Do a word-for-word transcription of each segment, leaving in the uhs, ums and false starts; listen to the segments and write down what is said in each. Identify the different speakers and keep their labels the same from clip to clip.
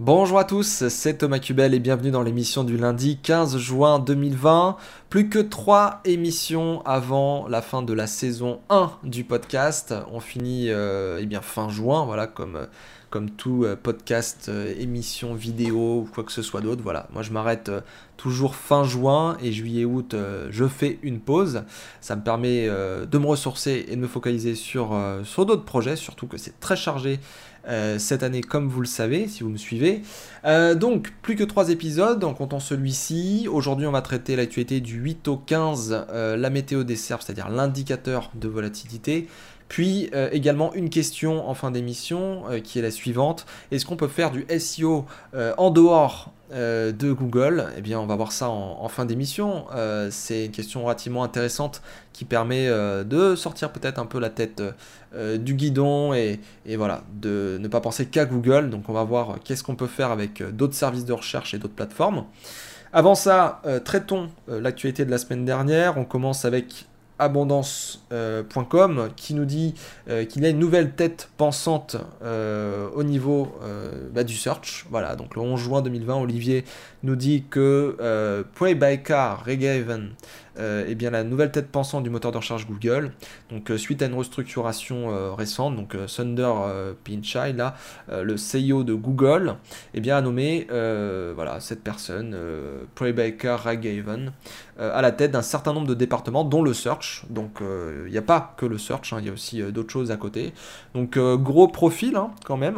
Speaker 1: Bonjour à tous, c'est Thomas Cubel et bienvenue dans l'émission du lundi quinze juin deux mille vingt. Plus que trois émissions avant la fin de la saison un du podcast. On finit euh, eh bien fin juin, voilà, comme, euh, comme tout euh, podcast, euh, émission vidéo ou quoi que ce soit d'autre. Voilà, moi je m'arrête euh, toujours fin juin et juillet-août, euh, je fais une pause. Ça me permet euh, de me ressourcer et de me focaliser sur, euh, sur d'autres projets, surtout que c'est très chargé euh, cette année, comme vous le savez, si vous me suivez. Euh, donc, plus que trois épisodes en comptant celui-ci. Aujourd'hui, on va traiter l'actualité du huit au quinze, euh, la météo des cerfs, c'est-à-dire l'indicateur de volatilité. Puis euh, également une question en fin d'émission euh, qui est la suivante. Est-ce qu'on peut faire du S E O euh, en dehors euh, de Google? Eh bien, on va voir ça en, en fin d'émission. Euh, c'est une question relativement intéressante qui permet euh, de sortir peut-être un peu la tête euh, du guidon et, et voilà, de ne pas penser qu'à Google. Donc on va voir qu'est-ce qu'on peut faire avec euh, d'autres services de recherche et d'autres plateformes. Avant ça, euh, traitons euh, l'actualité de la semaine dernière. On commence avec abondance point com euh, qui nous dit euh, qu'il y a une nouvelle tête pensante euh, au niveau euh, bah, du search. Voilà, donc le onze juin deux mille vingt, Olivier nous dit que euh, Pray by Car Regaven euh, est bien la nouvelle tête pensante du moteur de recherche Google. Donc euh, suite à une restructuration euh, récente, donc euh, Sundar euh, Pichai, là, euh, le C E O de Google, eh bien, a nommé euh, voilà, cette personne, euh, Pray by Car Regaven, euh, à la tête d'un certain nombre de départements, dont le search. Donc il euh, n'y a pas que le search, il hein, y a aussi euh, d'autres choses à côté. Donc euh, gros profil hein, quand même.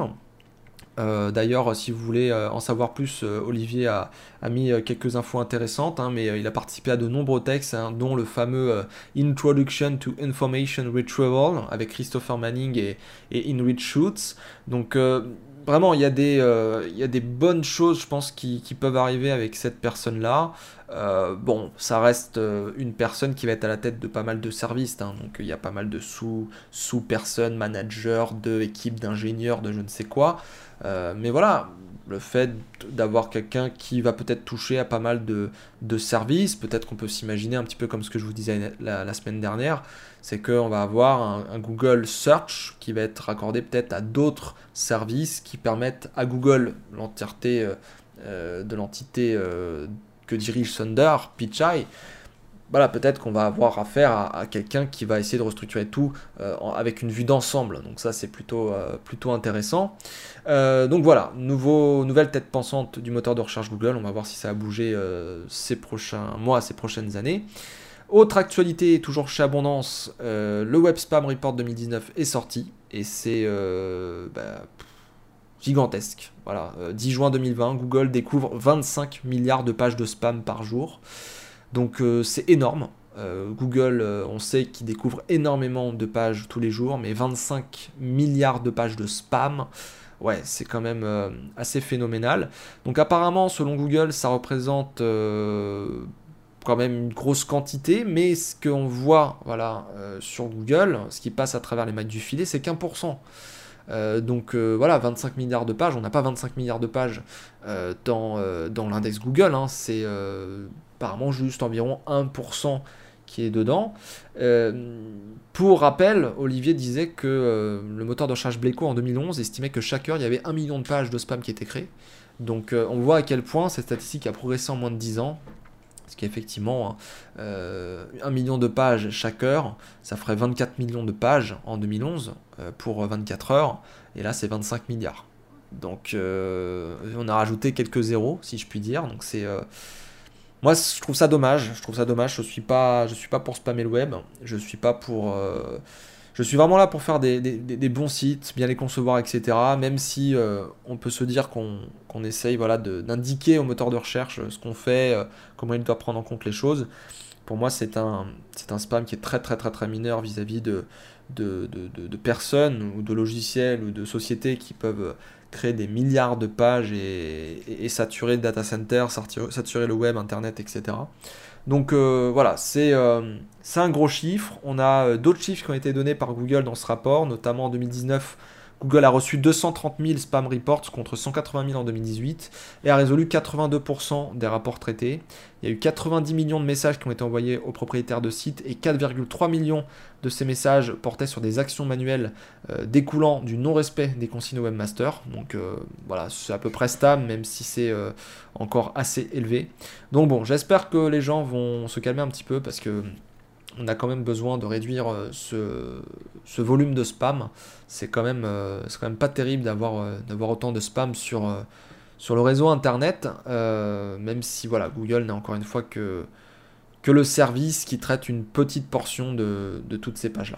Speaker 1: Euh, D'ailleurs, si vous voulez euh, en savoir plus, euh, Olivier a, a mis euh, quelques infos intéressantes, hein, mais euh, il a participé à de nombreux textes, hein, dont le fameux euh, Introduction to Information Retrieval avec Christopher Manning et, et Heinrich Schutz. Donc euh, vraiment, il y, a des, euh, il y a des bonnes choses, je pense, qui, qui peuvent arriver avec cette personne-là. Euh, bon, ça reste euh, une personne qui va être à la tête de pas mal de services, hein, donc il y a pas mal de sous, sous-personnes, managers, de équipes d'ingénieurs, de je ne sais quoi. Euh, mais voilà, le fait d'avoir quelqu'un qui va peut-être toucher à pas mal de, de services, peut-être qu'on peut s'imaginer un petit peu comme ce que je vous disais la, la semaine dernière, c'est qu'on va avoir un, un Google Search qui va être raccordé peut-être à d'autres services qui permettent à Google, l'entièreté euh, de l'entité euh, que dirige Sundar Pichai, voilà, peut-être qu'on va avoir affaire à, à quelqu'un qui va essayer de restructurer tout euh, en, avec une vue d'ensemble. Donc ça, c'est plutôt, euh, plutôt intéressant. Euh, donc voilà, nouveau, nouvelle tête pensante du moteur de recherche Google. On va voir si ça a bougé euh, ces prochains mois, ces prochaines années. Autre actualité, toujours chez Abondance, euh, le Web Spam Report deux mille dix-neuf est sorti. Et c'est euh, bah, gigantesque. Voilà, euh, dix juin deux mille vingt, Google découvre vingt-cinq milliards de pages de spam par jour. Donc euh, c'est énorme. Euh, Google, euh, on sait qu'il découvre énormément de pages tous les jours, mais vingt-cinq milliards de pages de spam, ouais, c'est quand même euh, assez phénoménal. Donc apparemment, selon Google, ça représente euh, quand même une grosse quantité, mais ce qu'on voit voilà, euh, sur Google, ce qui passe à travers les mailles du filet, c'est qu'un pour cent. Euh, donc euh, voilà, vingt-cinq milliards de pages, on n'a pas vingt-cinq milliards de pages euh, dans, euh, dans l'index Google, hein, c'est euh, apparemment juste environ un pour cent qui est dedans. Euh, pour rappel, Olivier disait que euh, le moteur de recherche Bleco en deux mille onze estimait que chaque heure il y avait un million de pages de spam qui étaient créées. Donc euh, on voit à quel point cette statistique a progressé en moins de dix ans. Ce qui est effectivement euh, un million de pages chaque heure, ça ferait vingt-quatre millions de pages en deux mille onze euh, pour vingt-quatre heures, et là c'est vingt-cinq milliards. Donc euh, on a rajouté quelques zéros, si je puis dire. Donc c'est, euh... moi je trouve ça dommage. Je trouve ça dommage. Je suis pas, je suis pas pour spammer le web. Je suis pas pour. Euh... Je suis vraiment là pour faire des, des, des bons sites, bien les concevoir, et cetera. Même si euh, on peut se dire qu'on qu'on essaye voilà, de, d'indiquer au moteur de recherche ce qu'on fait, euh, comment il doit prendre en compte les choses. Pour moi, c'est un, c'est un spam qui est très très très très mineur vis-à-vis de, de, de, de, de personnes ou de logiciels ou de sociétés qui peuvent créer des milliards de pages et, et, et saturer le data center, saturer, saturer le web, internet, et cetera. Donc euh, voilà, c'est euh, c'est un gros chiffre. On a euh, d'autres chiffres qui ont été donnés par Google dans ce rapport, notamment en deux mille dix-neuf, Google a reçu deux cent trente mille spam reports contre cent quatre-vingt mille en deux mille dix-huit et a résolu quatre-vingt-deux pour cent des rapports traités. Il y a eu quatre-vingt-dix millions de messages qui ont été envoyés aux propriétaires de sites et quatre virgule trois millions de ces messages portaient sur des actions manuelles euh, découlant du non-respect des consignes au webmaster. Donc euh, voilà, c'est à peu près stable, même si c'est euh, encore assez élevé. Donc bon, j'espère que les gens vont se calmer un petit peu parce que on a quand même besoin de réduire euh, ce, ce volume de spam. C'est quand même, euh, c'est quand même pas terrible d'avoir euh, d'avoir autant de spam sur, euh, sur le réseau internet, euh, même si voilà, Google n'est encore une fois que, que le service qui traite une petite portion de, de toutes ces pages-là.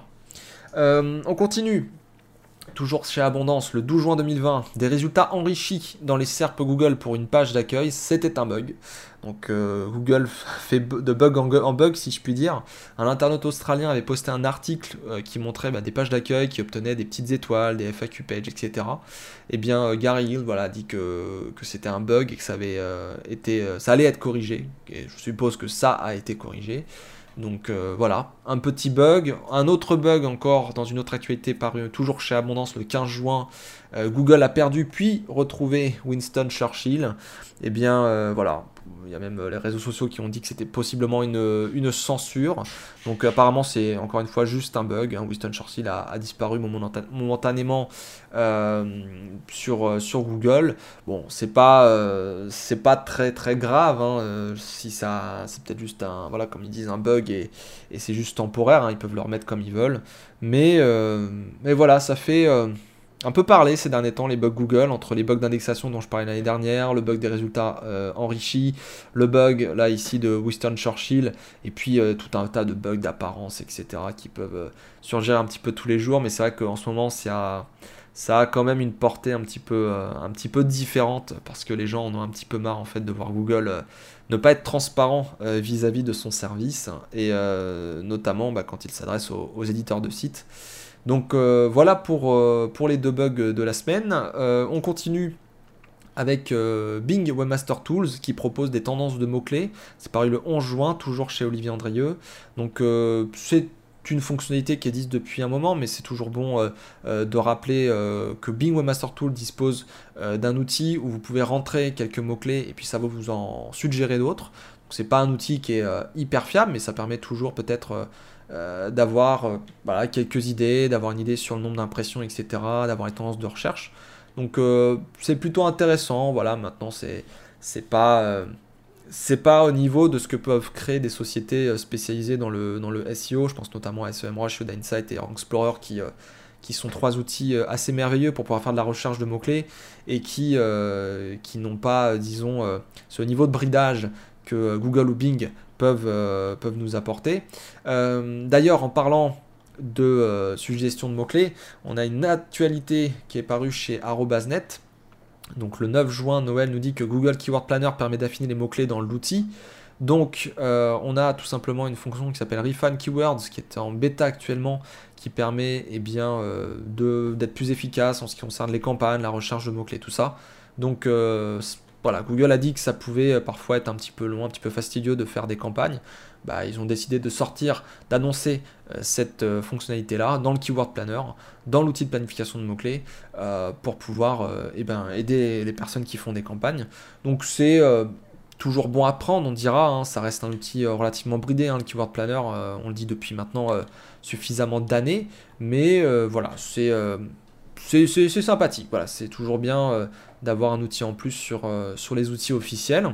Speaker 1: Euh, on continue. Toujours chez Abondance, le douze juin deux mille vingt, des résultats enrichis dans les S E R P Google pour une page d'accueil, c'était un bug. Donc euh, Google fait de bug en bug, si je puis dire. Un internaute australien avait posté un article euh, qui montrait bah, des pages d'accueil qui obtenaient des petites étoiles, des F A Q pages, et cetera. Et bien euh, Gary Hill voilà, a dit que, que c'était un bug et que ça, avait, euh, été, euh, ça allait être corrigé. Et je suppose que ça a été corrigé. Donc euh, voilà, un petit bug. Un autre bug encore dans une autre actualité parue toujours chez Abondance le quinze juin. Euh, Google a perdu puis retrouvé Winston Churchill. Et bien euh, voilà, il y a même les réseaux sociaux qui ont dit que c'était possiblement une, une censure. Donc apparemment c'est encore une fois juste un bug. Hein. Winston Churchill a, a disparu momentanément euh, sur, sur Google. Bon, c'est pas, euh, c'est pas très très grave. Hein. Euh, si ça, c'est peut-être juste un, voilà, comme ils disent, un bug et, et c'est juste temporaire. Hein. Ils peuvent le remettre comme ils veulent. Mais, euh, mais voilà, ça fait euh, un peu parler ces derniers temps les bugs Google, entre les bugs d'indexation dont je parlais l'année dernière, le bug des résultats euh, enrichis, le bug là ici de Winston Churchill, et puis euh, tout un tas de bugs d'apparence, et cetera qui peuvent euh, surgir un petit peu tous les jours. Mais c'est vrai qu'en ce moment, ça, ça a quand même une portée un petit peu, euh, un petit peu différente parce que les gens en ont un petit peu marre en fait de voir Google euh, ne pas être transparent euh, vis-à-vis de son service et euh, notamment bah, quand il s'adresse aux, aux éditeurs de sites. Donc euh, voilà pour, euh, pour les deux bugs de la semaine. Euh, on continue avec euh, Bing Webmaster Tools qui propose des tendances de mots-clés. C'est paru le onze juin, toujours chez Olivier Andrieux. Donc euh, c'est une fonctionnalité qui existe depuis un moment, mais c'est toujours bon euh, euh, de rappeler euh, que Bing Webmaster Tools dispose euh, d'un outil où vous pouvez rentrer quelques mots-clés et puis ça va vous en suggérer d'autres. Donc c'est pas un outil qui est euh, hyper fiable, mais ça permet toujours peut-être euh, Euh, d'avoir euh, voilà, quelques idées, d'avoir une idée sur le nombre d'impressions, et cetera, d'avoir les tendances de recherche. Donc euh, c'est plutôt intéressant. Voilà, maintenant c'est c'est pas euh, c'est pas au niveau de ce que peuvent créer des sociétés spécialisées dans le dans le S E O. Je pense notamment à SEMrush, Yoda Insight et Explorer qui euh, qui sont trois outils assez merveilleux pour pouvoir faire de la recherche de mots-clés et qui, euh, qui n'ont pas, disons, euh, ce niveau de bridage que Google ou Bing peuvent, euh, peuvent nous apporter. Euh, d'ailleurs, en parlant de euh, suggestion de mots-clés, on a une actualité qui est parue chez arobase point net. Donc le neuf juin, Noël nous dit que Google Keyword Planner permet d'affiner les mots-clés dans l'outil. Donc euh, on a tout simplement une fonction qui s'appelle Refine Keywords qui est en bêta actuellement, qui permet eh bien, euh, de, d'être plus efficace en ce qui concerne les campagnes, la recherche de mots-clés, tout ça. Donc euh, voilà, Google a dit que ça pouvait parfois être un petit peu long, un petit peu fastidieux de faire des campagnes. Bah, ils ont décidé de sortir, d'annoncer euh, cette euh, fonctionnalité-là dans le Keyword Planner, dans l'outil de planification de mots-clés, euh, pour pouvoir euh, eh ben, aider les personnes qui font des campagnes. Donc c'est euh, toujours bon à prendre, on dira, hein, ça reste un outil euh, relativement bridé, hein, le Keyword Planner, euh, on le dit depuis maintenant euh, suffisamment d'années, mais euh, voilà, c'est, euh, c'est, c'est, c'est sympathique, voilà, c'est toujours bien euh, d'avoir un outil en plus sur, euh, sur les outils officiels.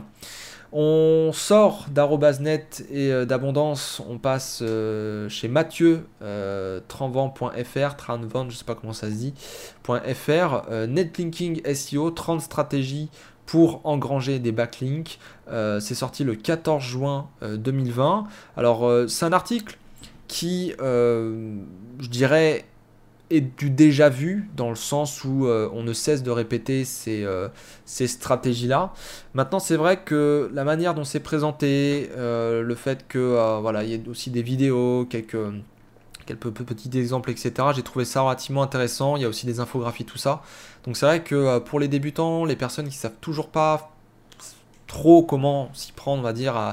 Speaker 1: On sort d'arobase point net et euh, d'Abondance, on passe euh, chez Mathieu, euh, tranvent point f r, tranvent, je sais pas comment ça se dit, .fr, euh, Netlinking S E O, trente stratégies pour engranger des backlinks. Euh, c'est sorti le quatorze juin euh, deux mille vingt. Alors euh, c'est un article qui, euh, je dirais, est du déjà vu, dans le sens où euh, on ne cesse de répéter ces, euh, ces stratégies-là. Maintenant, c'est vrai que la manière dont c'est présenté, euh, le fait que euh, voilà, il y ait aussi des vidéos, quelques, quelques petits exemples, et cetera, j'ai trouvé ça relativement intéressant. Il y a aussi des infographies, tout ça. Donc c'est vrai que euh, pour les débutants, les personnes qui savent toujours pas trop comment s'y prendre, on va dire, à,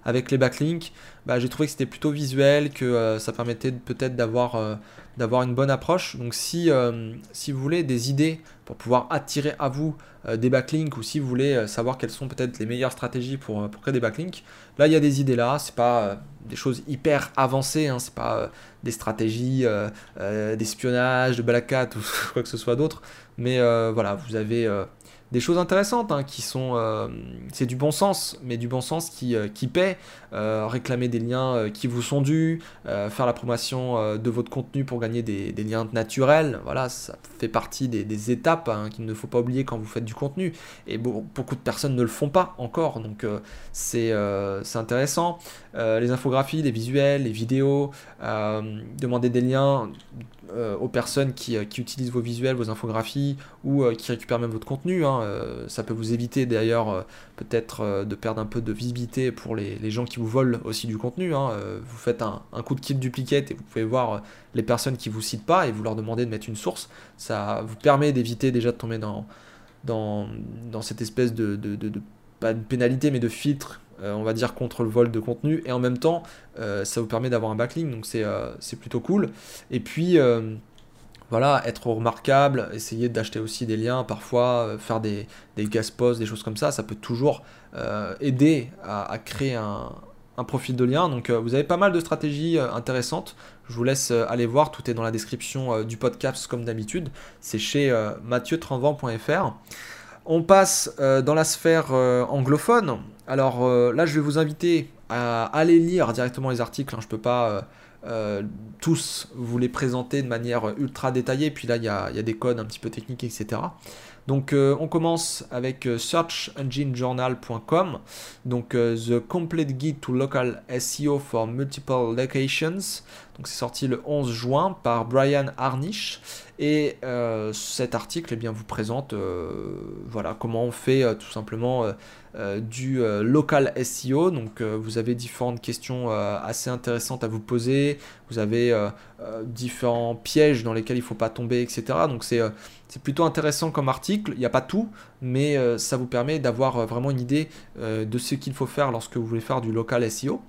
Speaker 1: avec les backlinks, bah, j'ai trouvé que c'était plutôt visuel, que euh, ça permettait de- peut-être d'avoir euh, d'avoir une bonne approche. Donc si, euh, si vous voulez des idées pour pouvoir attirer à vous euh, des backlinks, ou si vous voulez euh, savoir quelles sont peut-être les meilleures stratégies pour, euh, pour créer des backlinks, là il y a des idées là, c'est pas euh, des choses hyper avancées, hein, c'est pas euh, des stratégies euh, euh, d'espionnage, de black hat ou quoi que ce soit d'autre, mais euh, voilà, vous avez euh, des choses intéressantes hein, qui sont, euh, c'est du bon sens, mais du bon sens qui, euh, qui paie, euh, réclamer des liens euh, qui vous sont dus, euh, faire la promotion euh, de votre contenu pour gagner des, des liens naturels, voilà, ça fait partie des, des étapes hein, qu'il ne faut pas oublier quand vous faites du contenu, et bon, beaucoup de personnes ne le font pas encore, donc euh, c'est euh, c'est intéressant. Euh, les infographies, les visuels, les vidéos, euh, demander des liens euh, aux personnes qui, euh, qui utilisent vos visuels, vos infographies, ou euh, qui récupèrent même votre contenu, hein. Euh, ça peut vous éviter d'ailleurs euh, peut-être euh, de perdre un peu de visibilité pour les, les gens qui vous volent aussi du contenu, hein. Euh, vous faites un, un coup de kill duplicate et vous pouvez voir euh, les personnes qui vous citent pas et vous leur demandez de mettre une source. Ça vous permet d'éviter déjà de tomber dans, dans, dans cette espèce de, de, de, de pas de pénalité mais de filtre, euh, on va dire, contre le vol de contenu, et en même temps euh, ça vous permet d'avoir un backlink, donc c'est euh, c'est plutôt cool. Et puis euh, voilà, être remarquable, essayer d'acheter aussi des liens, parfois euh, faire des, des guest posts, des choses comme ça, ça peut toujours euh, aider à, à créer un, un profil de lien. Donc euh, vous avez pas mal de stratégies euh, intéressantes. Je vous laisse euh, aller voir, tout est dans la description euh, du podcast comme d'habitude. C'est chez euh, mathieu trentevent point f r. On passe euh, dans la sphère euh, anglophone. Alors euh, là, je vais vous inviter à aller lire directement les articles, hein. Je ne peux pas euh, euh, tous vous les présenter de manière ultra détaillée. Puis là, il y a, y a des codes un petit peu techniques, et cetera. Donc euh, on commence avec euh, search engine journal point com. Donc euh, The Complete Guide to Local S E O for Multiple Locations. Donc c'est sorti le onze juin par Brian Harnish. Et euh, cet article, eh bien, vous présente euh, voilà, comment on fait euh, tout simplement euh, euh, du euh, local S E O. Donc euh, vous avez différentes questions euh, assez intéressantes à vous poser. Vous avez euh, euh, différents pièges dans lesquels il ne faut pas tomber, et cetera. Donc c'est euh, c'est plutôt intéressant comme article. Il n'y a pas tout, mais euh, ça vous permet d'avoir euh, vraiment une idée euh, de ce qu'il faut faire lorsque vous voulez faire du local S E O.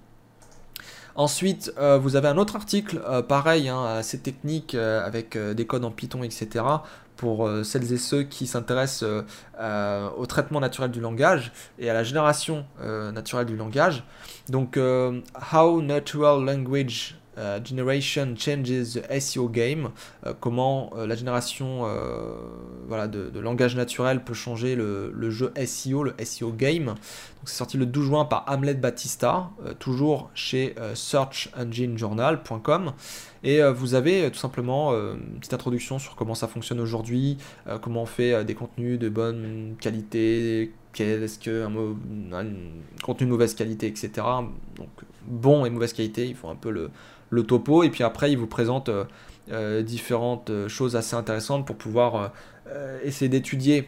Speaker 1: Ensuite, euh, vous avez un autre article, euh, pareil, hein, assez technique, euh, avec euh, des codes en Python, et cetera, pour euh, celles et ceux qui s'intéressent euh, euh, au traitement naturel du langage et à la génération euh, naturelle du langage. Donc, euh, How Natural Language uh, Generation Changes the S E O Game, euh, comment euh, la génération euh, voilà, de, de langage naturel peut changer le, le jeu S E O, le S E O Game. Donc, c'est sorti le douze juin par Hamlet Batista, euh, toujours chez euh, search engine journal point com. Et euh, vous avez euh, tout simplement euh, une petite introduction sur comment ça fonctionne aujourd'hui, euh, comment on fait euh, des contenus de bonne qualité, qu'est-ce qu'un mo- un contenu de mauvaise qualité, et cetera. Donc bon et mauvaise qualité, ils font un peu le, le topo. Et puis après, ils vous présentent euh, euh, différentes euh, choses assez intéressantes pour pouvoir euh, euh, essayer d'étudier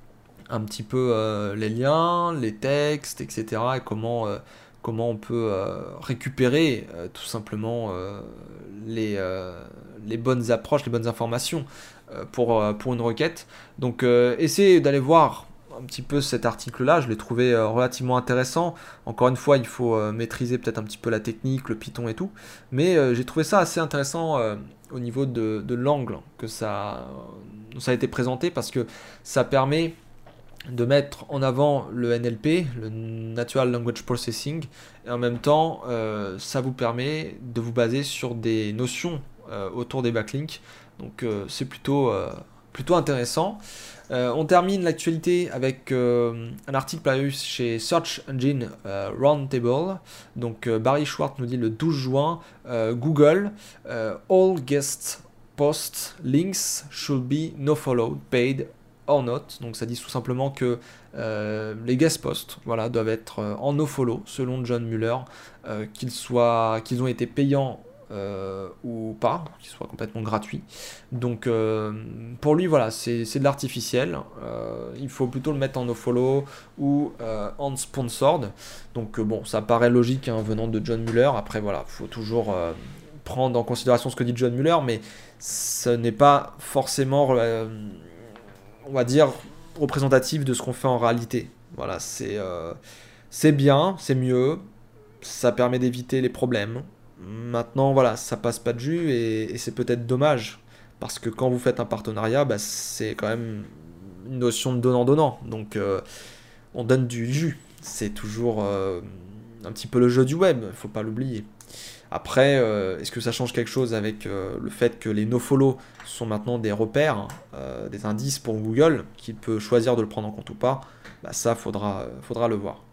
Speaker 1: un petit peu euh, les liens, les textes, et cetera. Et comment, euh, comment on peut euh, récupérer euh, tout simplement euh, les, euh, les bonnes approches, les bonnes informations euh, pour, euh, pour une requête. Donc euh, essayez d'aller voir un petit peu cet article-là, je l'ai trouvé euh, relativement intéressant. Encore une fois, il faut euh, maîtriser peut-être un petit peu la technique, le Python et tout. Mais euh, j'ai trouvé ça assez intéressant euh, au niveau de, de l'angle que ça, ça a été présenté, parce que ça permet de mettre en avant le N L P, le Natural Language Processing, et en même temps, euh, ça vous permet de vous baser sur des notions euh, autour des backlinks. Donc euh, c'est plutôt, euh, plutôt intéressant. Euh, on termine l'actualité avec euh, un article paru chez Search Engine euh, Roundtable. Donc euh, Barry Schwartz nous dit le douze juin, euh, Google, euh, all guest posts links should be no follow paid or not. Donc ça dit tout simplement que euh, les guest posts, voilà, doivent être euh, en nofollow selon John Mueller, euh, qu'ils soient, qu'ils ont été payants euh, ou pas, qu'ils soient complètement gratuits. Donc euh, pour lui, voilà, c'est, c'est de l'artificiel. Euh, il faut plutôt le mettre en nofollow ou euh, en sponsored. Donc euh, bon, ça paraît logique hein, venant de John Mueller. Après voilà, il faut toujours euh, prendre en considération ce que dit John Mueller, mais ce n'est pas forcément euh, on va dire, représentatif de ce qu'on fait en réalité. Voilà, c'est, euh, c'est bien, c'est mieux, ça permet d'éviter les problèmes. Maintenant, voilà, ça passe pas de jus et, et c'est peut-être dommage. Parce que quand vous faites un partenariat, bah, c'est quand même une notion de donnant-donnant. Donc, euh, on donne du jus. C'est toujours euh, un petit peu le jeu du web, il faut pas l'oublier. Après, euh, est-ce que ça change quelque chose avec euh, le fait que les nofollow sont maintenant des repères, euh, des indices pour Google, qu'il peut choisir de le prendre en compte ou pas? Bah, ça, faudra, faudra le voir.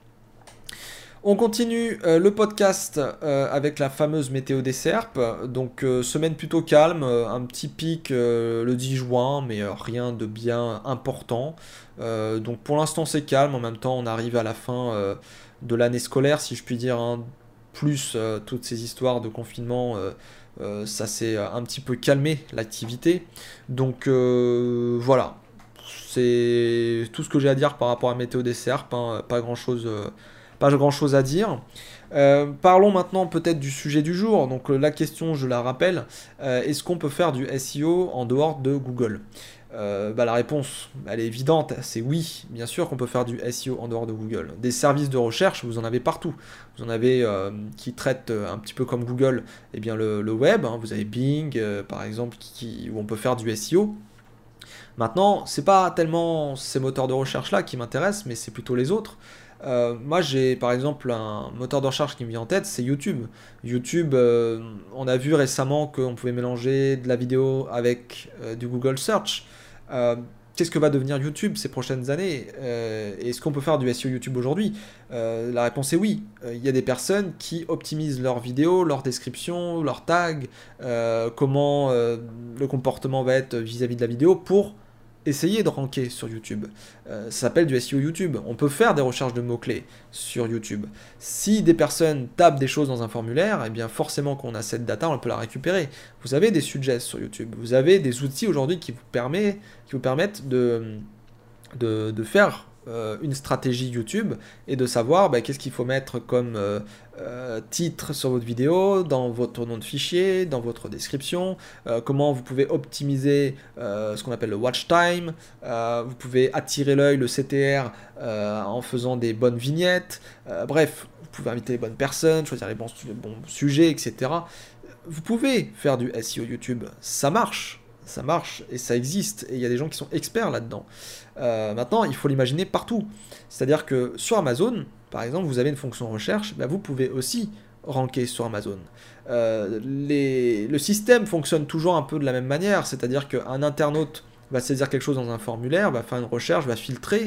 Speaker 1: On continue euh, le podcast euh, avec la fameuse météo des Serpes. Donc euh, semaine plutôt calme, euh, un petit pic euh, le dix juin, mais euh, rien de bien important. Euh, donc pour l'instant c'est calme, en même temps on arrive à la fin euh, de l'année scolaire, si je puis dire, hein. Plus euh, toutes ces histoires de confinement, euh, euh, ça s'est un petit peu calmé l'activité. Donc euh, voilà, c'est tout ce que j'ai à dire par rapport à météo des Serpes, hein. Pas grand chose. Euh, pas grand chose à dire. Euh, parlons maintenant peut-être du sujet du jour. Donc euh, la question, je la rappelle, euh, est-ce qu'on peut faire du S E O en dehors de Google? Euh, bah, la réponse, elle est évidente, c'est oui, bien sûr qu'on peut faire du S E O en dehors de Google. Des services de recherche, vous en avez partout. Vous en avez euh, qui traitent un petit peu comme Google, eh bien le, le web. Hein. Vous avez Bing, euh, par exemple, qui, où on peut faire du S E O. Maintenant, c'est pas tellement ces moteurs de recherche-là qui m'intéressent, mais c'est plutôt les autres. Euh, moi, j'ai par exemple un moteur de recherche qui me vient en tête, c'est YouTube. YouTube, euh, on a vu récemment qu'on pouvait mélanger de la vidéo avec euh, du Google Search. Euh, Qu'est-ce que va devenir YouTube ces prochaines années? euh, Est-ce qu'on peut faire du S E O YouTube aujourd'hui? euh, La réponse est oui. Il euh, y a des personnes qui optimisent leurs vidéos, leurs descriptions, leurs tags, euh, comment euh, le comportement va être vis-à-vis de la vidéo pour essayer de ranker sur YouTube. Euh, ça s'appelle du S E O YouTube. On peut faire des recherches de mots-clés sur YouTube. Si des personnes tapent des choses dans un formulaire, eh bien forcément qu'on a cette data, on peut la récupérer. Vous avez des suggestions sur YouTube. Vous avez des outils aujourd'hui qui vous, permet, qui vous permettent de, de, de faire euh, une stratégie YouTube et de savoir bah, qu'est-ce qu'il faut mettre comme euh, euh, titre sur votre vidéo, dans votre nom de fichier, dans votre description, euh, comment vous pouvez optimiser euh, ce qu'on appelle le watch time, euh, vous pouvez attirer l'œil, le C T R, euh, en faisant des bonnes vignettes, euh, bref, vous pouvez inviter les bonnes personnes, choisir les bons, les bons sujets, et cetera. Vous pouvez faire du S E O YouTube, ça marche. Ça marche et ça existe et il y a des gens qui sont experts là-dedans. Euh, maintenant, il faut l'imaginer partout. C'est-à-dire que sur Amazon, par exemple, vous avez une fonction recherche, bah vous pouvez aussi ranker sur Amazon. Euh, les... Le système fonctionne toujours un peu de la même manière, c'est-à-dire qu'un internaute va saisir quelque chose dans un formulaire, va faire une recherche, va filtrer,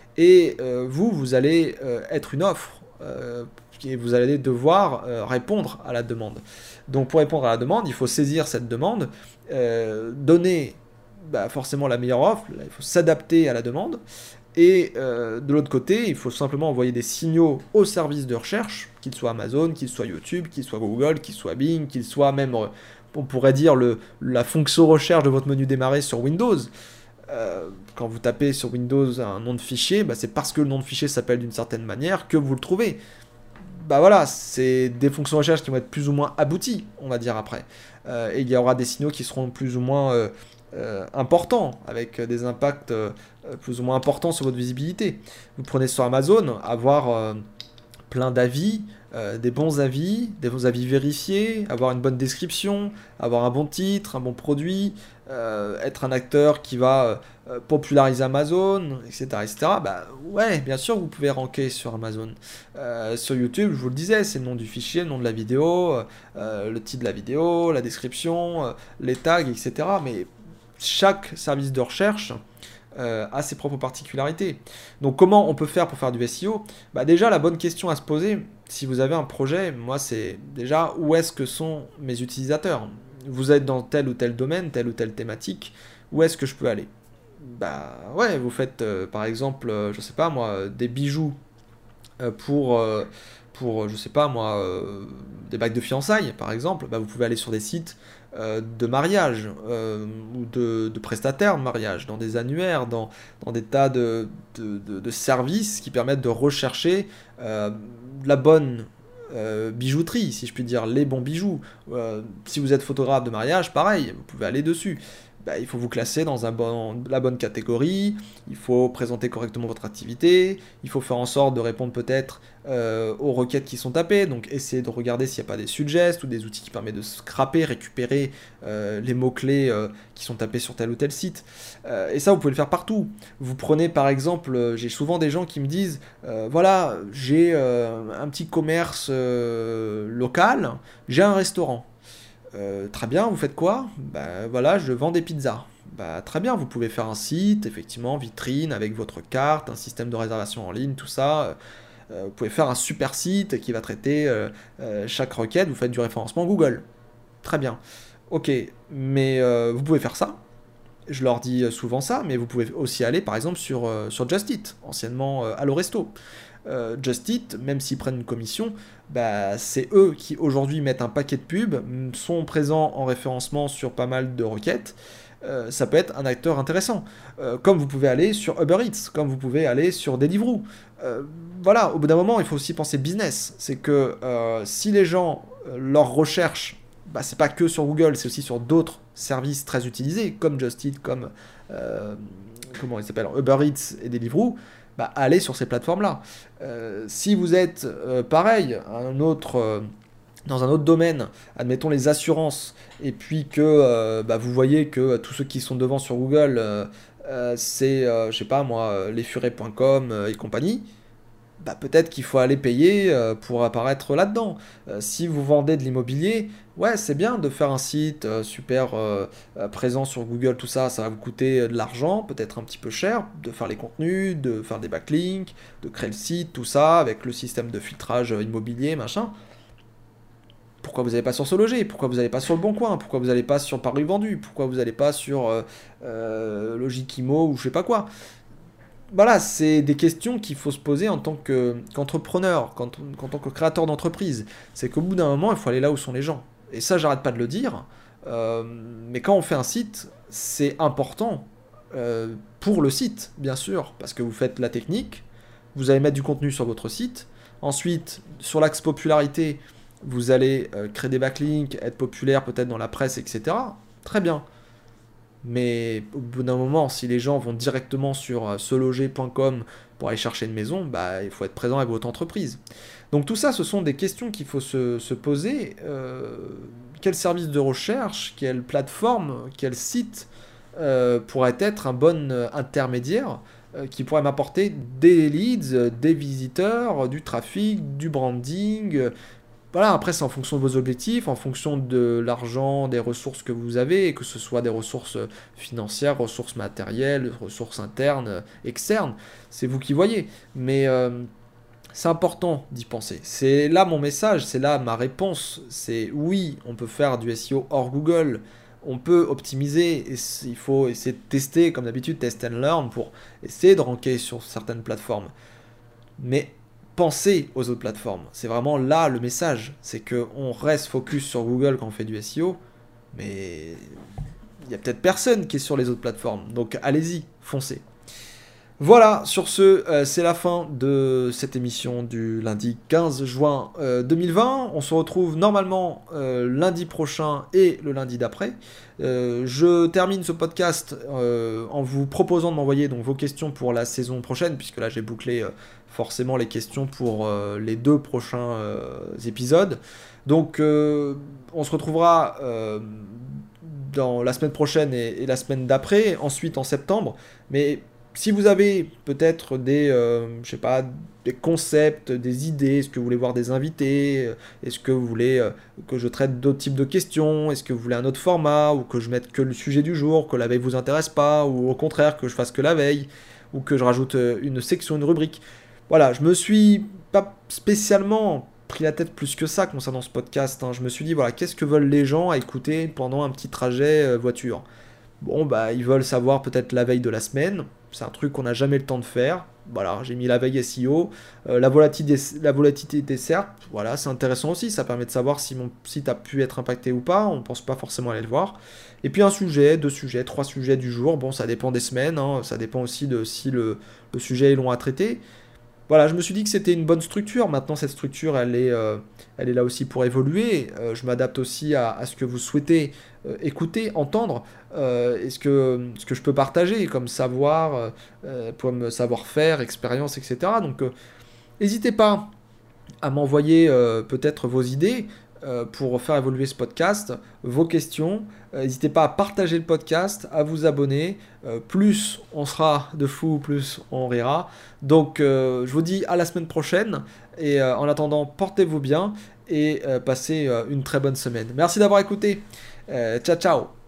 Speaker 1: et euh, vous, vous allez euh, être une offre. Euh, et vous allez devoir euh, répondre à la demande. Donc pour répondre à la demande, il faut saisir cette demande, euh, donner bah, forcément la meilleure offre, là, il faut s'adapter à la demande, et euh, de l'autre côté, il faut simplement envoyer des signaux aux services de recherche, qu'ils soient Amazon, qu'ils soient YouTube, qu'ils soient Google, qu'ils soient Bing, qu'ils soient même, euh, on pourrait dire, le, la fonction recherche de votre menu démarrer sur Windows. Euh, quand vous tapez sur Windows un nom de fichier, bah, c'est parce que le nom de fichier s'appelle d'une certaine manière que vous le trouvez. Bah voilà, c'est des fonctions de recherche qui vont être plus ou moins abouties, on va dire après. Euh, et il y aura des signaux qui seront plus ou moins euh, euh, importants, avec des impacts euh, plus ou moins importants sur votre visibilité. Vous prenez sur Amazon, avoir euh, plein d'avis, euh, des bons avis, des bons avis vérifiés, avoir une bonne description, avoir un bon titre, un bon produit, euh, être un acteur qui va euh, populariser Amazon, et cetera, et cetera. Bah ouais, bien sûr, vous pouvez ranker sur Amazon. Euh, sur YouTube, je vous le disais, c'est le nom du fichier, le nom de la vidéo, euh, le titre de la vidéo, la description, euh, les tags, et cetera. Mais chaque service de recherche Euh, a ses propres particularités. Donc comment on peut faire pour faire du S E O? Bah déjà, la bonne question à se poser, si vous avez un projet, moi c'est déjà où est-ce que sont mes utilisateurs? Vous êtes dans tel ou tel domaine, telle ou telle thématique, où est-ce que je peux aller? Bah ouais, vous faites euh, par exemple, euh, je sais pas moi, des bijoux euh, pour, euh, pour, je sais pas moi, euh, des bagues de fiançailles par exemple, bah vous pouvez aller sur des sites euh, de mariage euh, ou de, de prestataires de mariage, dans des annuaires, dans, dans des tas de, de, de, de services qui permettent de rechercher euh, la bonne euh, bijouterie, si je puis dire, les bons bijoux. Euh, si vous êtes photographe de mariage, pareil, vous pouvez aller dessus. bah, il faut vous classer dans un bon, la bonne catégorie, il faut présenter correctement votre activité, il faut faire en sorte de répondre peut-être euh, aux requêtes qui sont tapées, donc essayez de regarder s'il n'y a pas des suggests ou des outils qui permettent de scraper, récupérer euh, les mots-clés euh, qui sont tapés sur tel ou tel site. Euh, et ça, vous pouvez le faire partout. Vous prenez par exemple, euh, j'ai souvent des gens qui me disent, euh, voilà, j'ai euh, un petit commerce euh, local, j'ai un restaurant. Euh, très bien, vous faites quoi? Bah voilà, je vends des pizzas. Bah très bien, vous pouvez faire un site, effectivement, vitrine, avec votre carte, un système de réservation en ligne, tout ça. Euh, vous pouvez faire un super site qui va traiter euh, euh, chaque requête, vous faites du référencement Google. Très bien. Ok, mais euh, vous pouvez faire ça. Je leur dis souvent ça, mais vous pouvez aussi aller par exemple sur, euh, sur Just Eat, anciennement euh, Allo Resto. Euh, Just Eat, même s'ils prennent une commission, bah, c'est eux qui aujourd'hui mettent un paquet de pubs, sont présents en référencement sur pas mal de requêtes. Euh, ça peut être un acteur intéressant. Euh, comme vous pouvez aller sur Uber Eats, comme vous pouvez aller sur Deliveroo. Euh, voilà, au bout d'un moment, il faut aussi penser business. C'est que euh, si les gens, euh, leur recherche, bah, c'est pas que sur Google, c'est aussi sur d'autres services très utilisés, comme Just Eat, comme euh, comment il s'appelle, Uber Eats et Deliveroo, bah, allez sur ces plateformes-là. Euh, si vous êtes euh, pareil, un autre, euh, dans un autre domaine, admettons les assurances, et puis que euh, bah, vous voyez que euh, tous ceux qui sont devant sur Google, euh, euh, c'est, euh, je sais pas moi, lesfurets point com euh, et compagnie, bah, peut-être qu'il faut aller payer euh, pour apparaître là-dedans. Euh, si vous vendez de l'immobilier, ouais, c'est bien de faire un site euh, super euh, euh, présent sur Google, tout ça, ça va vous coûter euh, de l'argent, peut-être un petit peu cher, de faire les contenus, de faire des backlinks, de créer le site, tout ça, avec le système de filtrage euh, immobilier, machin. Pourquoi vous n'allez pas sur SoLoger? Pourquoi vous n'allez pas sur Le Bon Coin? Pourquoi vous n'allez pas sur Paris Vendu? Pourquoi vous n'allez pas sur euh, euh, Logikimo ou je sais pas quoi? Voilà, c'est des questions qu'il faut se poser en tant que- qu'entrepreneur, quand- en tant que créateur d'entreprise. C'est qu'au bout d'un moment, il faut aller là où sont les gens. Et ça, j'arrête pas de le dire. Euh, mais quand on fait un site, c'est important euh, pour le site, bien sûr, parce que vous faites la technique, vous allez mettre du contenu sur votre site. Ensuite, sur l'axe popularité, vous allez euh, créer des backlinks, être populaire peut-être dans la presse, et cetera. Très bien. Mais au bout d'un moment, si les gens vont directement sur euh, seloger point com pour aller chercher une maison, bah, il faut être présent avec votre entreprise. Donc tout ça, ce sont des questions qu'il faut se, se poser. Euh, quel service de recherche, quelle plateforme, quel site euh, pourrait être un bon euh, intermédiaire euh, qui pourrait m'apporter des leads, euh, des visiteurs, du trafic, du branding, euh, voilà, après c'est en fonction de vos objectifs, en fonction de l'argent, des ressources que vous avez, et que ce soit des ressources financières, ressources matérielles, ressources internes, euh, externes, c'est vous qui voyez. Mais euh, c'est important d'y penser. C'est là mon message, c'est là ma réponse. C'est oui, on peut faire du S E O hors Google, on peut optimiser, et il faut essayer de tester, comme d'habitude, test and learn, pour essayer de ranker sur certaines plateformes. Mais pensez aux autres plateformes. C'est vraiment là le message. C'est qu'on reste focus sur Google quand on fait du S E O, mais il y a peut-être personne qui est sur les autres plateformes. Donc allez-y, foncez. Voilà, sur ce, euh, c'est la fin de cette émission du lundi quinze juin euh, deux mille vingt. On se retrouve normalement euh, lundi prochain et le lundi d'après. Euh, je termine ce podcast euh, en vous proposant de m'envoyer donc vos questions pour la saison prochaine, puisque là j'ai bouclé euh, forcément les questions pour euh, les deux prochains euh, épisodes. Donc euh, on se retrouvera euh, dans la semaine prochaine et, et la semaine d'après, ensuite en septembre. Mais si vous avez peut-être des, euh, je sais pas, des concepts, des idées, est-ce que vous voulez voir des invités, est-ce que vous voulez euh, que je traite d'autres types de questions, est-ce que vous voulez un autre format, ou que je mette que le sujet du jour, que la veille vous intéresse pas, ou au contraire que je fasse que la veille, ou que je rajoute une section, une rubrique. Voilà, je me suis pas spécialement pris la tête plus que ça concernant ce podcast, hein. Je me suis dit, voilà, qu'est-ce que veulent les gens à écouter pendant un petit trajet euh, voiture? Bon, bah, ils veulent savoir peut-être la veille de la semaine. C'est un truc qu'on n'a jamais le temps de faire. Voilà, j'ai mis la veille S E O. Euh, la, volatilité, la volatilité des S E R P, voilà, c'est intéressant aussi. Ça permet de savoir si mon site a pu être impacté ou pas. On ne pense pas forcément aller le voir. Et puis un sujet, deux sujets, trois sujets du jour. Bon, ça dépend des semaines. Hein. Ça dépend aussi de si le, le sujet est long à traiter. voilà, je me suis dit que c'était une bonne structure. Maintenant, cette structure, elle est, euh, elle est là aussi pour évoluer. Euh, je m'adapte aussi à, à ce que vous souhaitez euh, écouter, entendre, euh, et ce que, ce que je peux partager comme savoir, euh, euh, comme savoir-faire, expérience, et cetera. Donc, euh, n'hésitez pas à m'envoyer euh, peut-être vos idées euh, pour faire évoluer ce podcast, vos questions. Euh, N'hésitez pas à partager le podcast, à vous abonner. Euh, plus on sera de fous, plus on rira. Donc euh, je vous dis à la semaine prochaine. Et euh, en attendant, portez-vous bien et euh, passez euh, une très bonne semaine. Merci d'avoir écouté. Euh, ciao ciao.